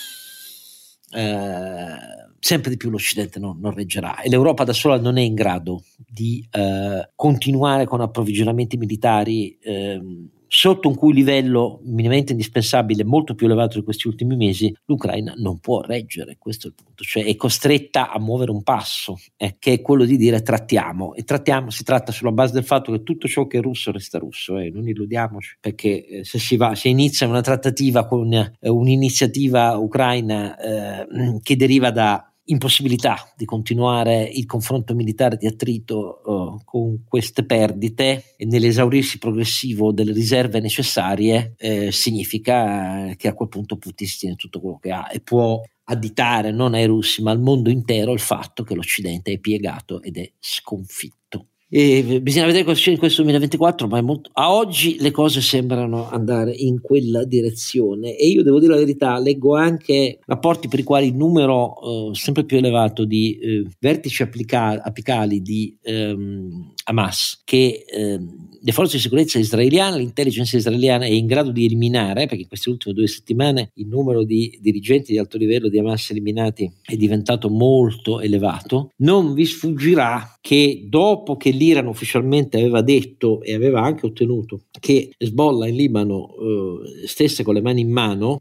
eh, sempre di più l'Occidente non, non reggerà, e l'Europa da sola non è in grado di eh, continuare con approvvigionamenti militari eh, sotto un cui livello minimamente indispensabile molto più elevato di questi ultimi mesi. L'Ucraina non può reggere, questo è il punto, cioè è costretta a muovere un passo, eh, che è quello di dire trattiamo, e trattiamo si tratta sulla base del fatto che tutto ciò che è russo resta russo, eh, non illudiamoci, perché eh, se si va, se inizia una trattativa con eh, un'iniziativa ucraina eh, che deriva da impossibilità di continuare il confronto militare di attrito uh, con queste perdite e nell'esaurirsi progressivo delle riserve necessarie eh, significa che a quel punto Putin si tiene tutto quello che ha e può additare non ai russi ma al mondo intero il fatto che l'Occidente è piegato ed è sconfitto. E bisogna vedere cosa succede in questo duemilaventiquattro, ma è molto, a oggi le cose sembrano andare in quella direzione e io devo dire la verità, leggo anche rapporti per i quali il numero eh, sempre più elevato di eh, vertici applica- apicali di ehm, Hamas che ehm, le forze di sicurezza israeliane, l'intelligence israeliana è in grado di eliminare, perché in queste ultime due settimane il numero di dirigenti di alto livello di Hamas eliminati è diventato molto elevato. Non vi sfuggirà che dopo che l'Iran ufficialmente aveva detto e aveva anche ottenuto che Hezbollah in Libano eh, stesse con le mani in mano,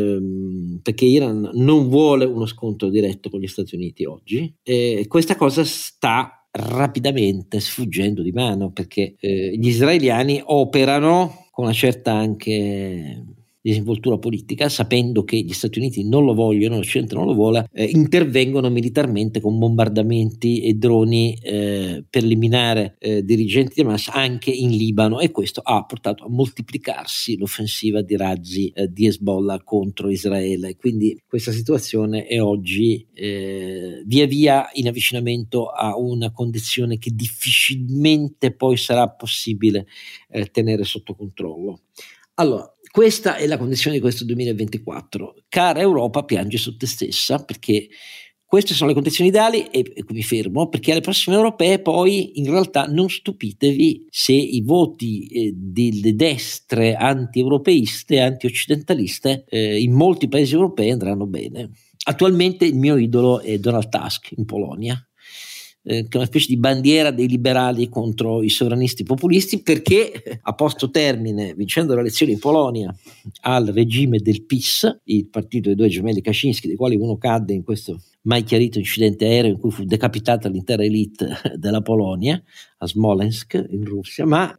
ehm, perché Iran non vuole uno scontro diretto con gli Stati Uniti oggi, eh, questa cosa sta rapidamente sfuggendo di mano, perché eh, gli israeliani operano con una certa anche disinvoltura politica, sapendo che gli Stati Uniti non lo vogliono, l'Occidente non lo vuole, eh, intervengono militarmente con bombardamenti e droni eh, per eliminare eh, dirigenti di Hamas anche in Libano, e questo ha portato a moltiplicarsi l'offensiva di razzi eh, di Hezbollah contro Israele. Quindi questa situazione è oggi eh, via via in avvicinamento a una condizione che difficilmente poi sarà possibile eh, tenere sotto controllo. Allora, questa è la condizione di questo duemilaventiquattro. Cara Europa, piangi su te stessa, perché queste sono le condizioni ideali e, e qui mi fermo, perché alle prossime europee poi in realtà non stupitevi se i voti eh, delle destre anti-europeiste, anti-occidentaliste eh, in molti paesi europei andranno bene. Attualmente il mio idolo è Donald Tusk in Polonia, che è una specie di bandiera dei liberali contro i sovranisti populisti, perché ha posto termine, vincendo le elezioni in Polonia, al regime del P I S, il partito dei due gemelli Kaczynski, dei quali uno cadde in questo mai chiarito incidente aereo in cui fu decapitata l'intera elite della Polonia a Smolensk in Russia, ma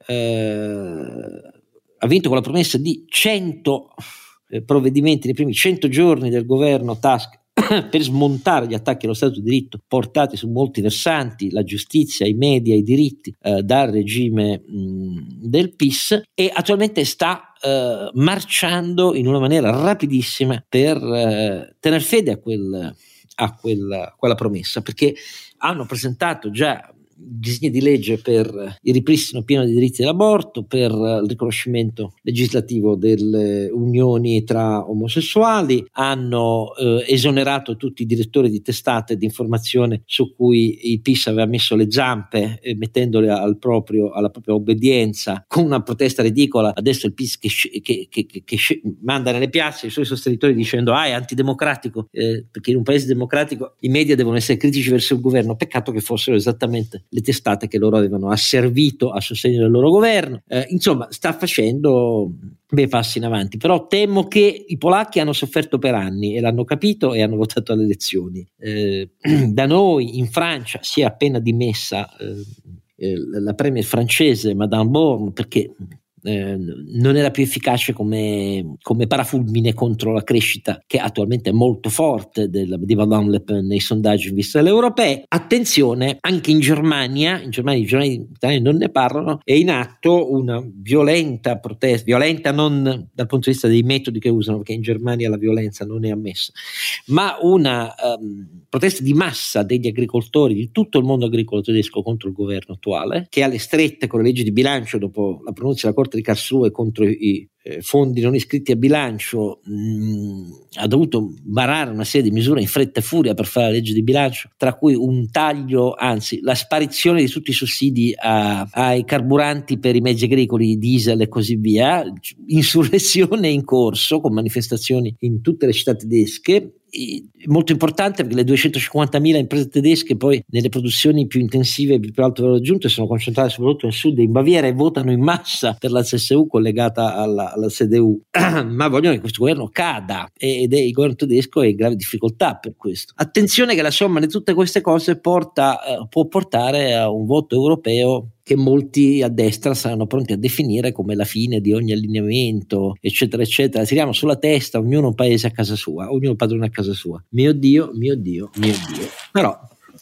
eh, ha vinto con la promessa di cento eh, provvedimenti nei primi cento giorni del governo Tusk per smontare gli attacchi allo Stato di diritto portati su molti versanti, la giustizia, i media, i diritti eh, dal regime mh, del P I S, e attualmente sta eh, marciando in una maniera rapidissima per eh, tener fede a, quel, a quel, quella promessa, perché hanno presentato già disegni di legge per il ripristino pieno dei diritti dell'aborto, per il riconoscimento legislativo delle unioni tra omosessuali, hanno eh, esonerato tutti i direttori di testate di informazione su cui il P I S aveva messo le zampe, eh, mettendole al proprio, alla propria obbedienza, con una protesta ridicola. Adesso il P I S che, che, che, che, che manda nelle piazze i suoi sostenitori dicendo ah è antidemocratico, eh, perché in un paese democratico i media devono essere critici verso il governo. Peccato che fossero esattamente le testate che loro avevano asservito a sostegno del loro governo. Eh, insomma, sta facendo bei passi in avanti, però temo che i polacchi hanno sofferto per anni e l'hanno capito e hanno votato alle elezioni. Eh, da noi in Francia si è appena dimessa eh, la premier francese Madame Borne, perché Eh, non era più efficace come, come parafulmine contro la crescita che attualmente è molto forte del, di Madame Le Pen nei sondaggi in vista delle europee. Attenzione, anche in Germania, in Germania i giornali italiani non ne parlano, è in atto una violenta protesta, violenta non dal punto di vista dei metodi che usano, perché in Germania la violenza non è ammessa, ma una um, protesta di massa degli agricoltori di tutto il mondo agricolo tedesco contro il governo attuale, che alle strette con le leggi di bilancio dopo la pronuncia della Corte di Karlsruhe contro i eh, fondi non iscritti a bilancio, mh, ha dovuto varare una serie di misure in fretta e furia per fare la legge di bilancio, tra cui un taglio, anzi la sparizione di tutti i sussidi a, ai carburanti per i mezzi agricoli, diesel e così via. Insurrezione in corso con manifestazioni in tutte le città tedesche. Molto importante perché le duecentocinquantamila imprese tedesche poi nelle produzioni più intensive e più alto valore aggiunto sono concentrate soprattutto nel sud e in Baviera e votano in massa per la C S U collegata alla, alla C D U ma vogliono che questo governo cada ed è il governo tedesco è in grave difficoltà per questo. Attenzione che la somma di tutte queste cose porta, eh, può portare a un voto europeo che molti a destra saranno pronti a definire come la fine di ogni allineamento, eccetera, eccetera. Tiriamo sulla testa, ognuno un paese a casa sua, ognuno padrone a casa sua. Mio Dio, mio Dio, mio Dio. Però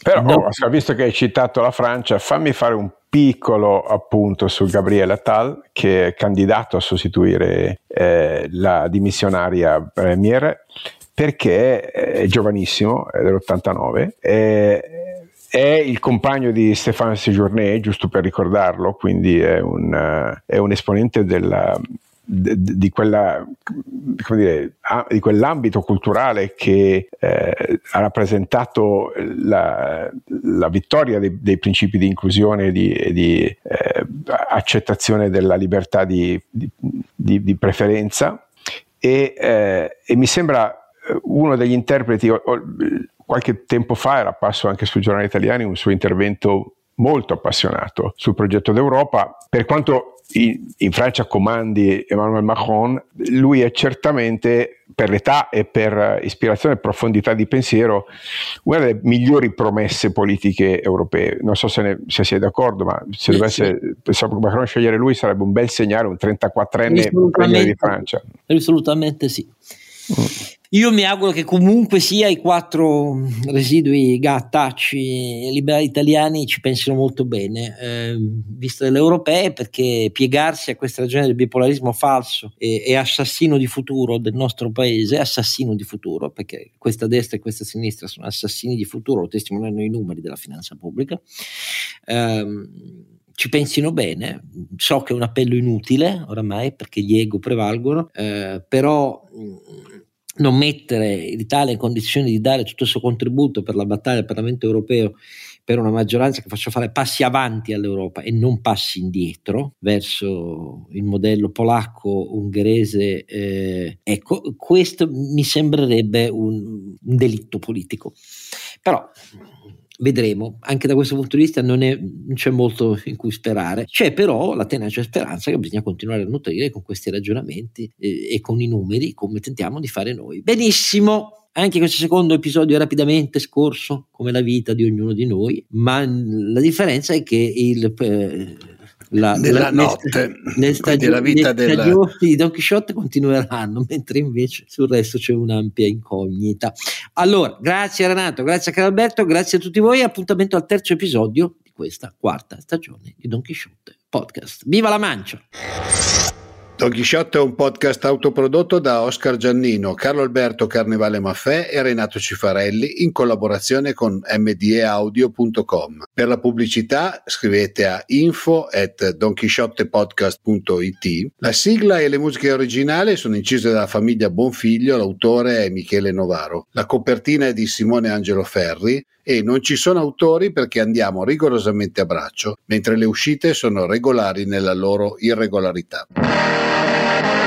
Però, no. oh, visto che hai citato la Francia, fammi fare un piccolo appunto su Gabriel Attal, che è candidato a sostituire eh, la dimissionaria premier, perché è giovanissimo, è dell'ottantanove, è, è il compagno di Stéphane Séjourné, giusto per ricordarlo, quindi è un, è un esponente della... di quella, come dire, di quell'ambito culturale che eh, ha rappresentato la, la vittoria dei, dei principi di inclusione e di, di eh, accettazione della libertà di, di, di, di preferenza e, eh, e mi sembra uno degli interpreti. O, o, qualche tempo fa era apparso anche sui giornali italiani un suo intervento molto appassionato sul progetto d'Europa. Per quanto in, in Francia comandi Emmanuel Macron, lui è certamente, per l'età e per ispirazione e profondità di pensiero, una delle migliori promesse politiche europee. Non so se, ne, se si è d'accordo, ma se sì, dovesse sì. Macron scegliere lui sarebbe un bel segnale, un trentaquattrenne premier di Francia. Assolutamente sì. Mm. Io mi auguro che comunque sia i quattro residui gattacci liberali italiani ci pensino molto bene, eh, viste delle europee, perché piegarsi a questa ragione del bipolarismo falso e, e assassino di futuro del nostro paese, assassino di futuro, perché questa destra e questa sinistra sono assassini di futuro, lo testimoniano i numeri della finanza pubblica. Um, ci pensino bene. So che è un appello inutile oramai perché gli ego prevalgono, eh, però non mettere l'Italia in condizioni di dare tutto il suo contributo per la battaglia al Parlamento europeo per una maggioranza che faccia fare passi avanti all'Europa e non passi indietro verso il modello polacco, ungherese, eh, ecco, questo mi sembrerebbe un, un delitto politico. Però vedremo, anche da questo punto di vista non, è, non c'è molto in cui sperare. C'è però la tenace speranza che bisogna continuare a nutrire con questi ragionamenti eh, e con i numeri, come tentiamo di fare noi. Benissimo, anche questo secondo episodio è rapidamente scorso, come la vita di ognuno di noi, ma la differenza è che il... Eh, La, nella la, notte le, stagio- la vita le della... stagioni di Don Chisciotte continueranno, mentre invece sul resto c'è un'ampia incognita. Allora, grazie Renato, grazie a Carlalberto, grazie a tutti voi, appuntamento al terzo episodio di questa quarta stagione di Don Chisciotte Podcast. Viva la Mancia! Don Chisciotte è un podcast autoprodotto da Oscar Giannino, Carlo Alberto Carnevale Maffè e Renato Cifarelli in collaborazione con m d e audio punto com. Per la pubblicità scrivete a info at donchisciottepodcast punto it. La sigla e le musiche originali sono incise dalla famiglia Bonfiglio, l'autore è Michele Novaro. La copertina è di Simone Angelo Ferri e non ci sono autori perché andiamo rigorosamente a braccio, mentre le uscite sono regolari nella loro irregolarità.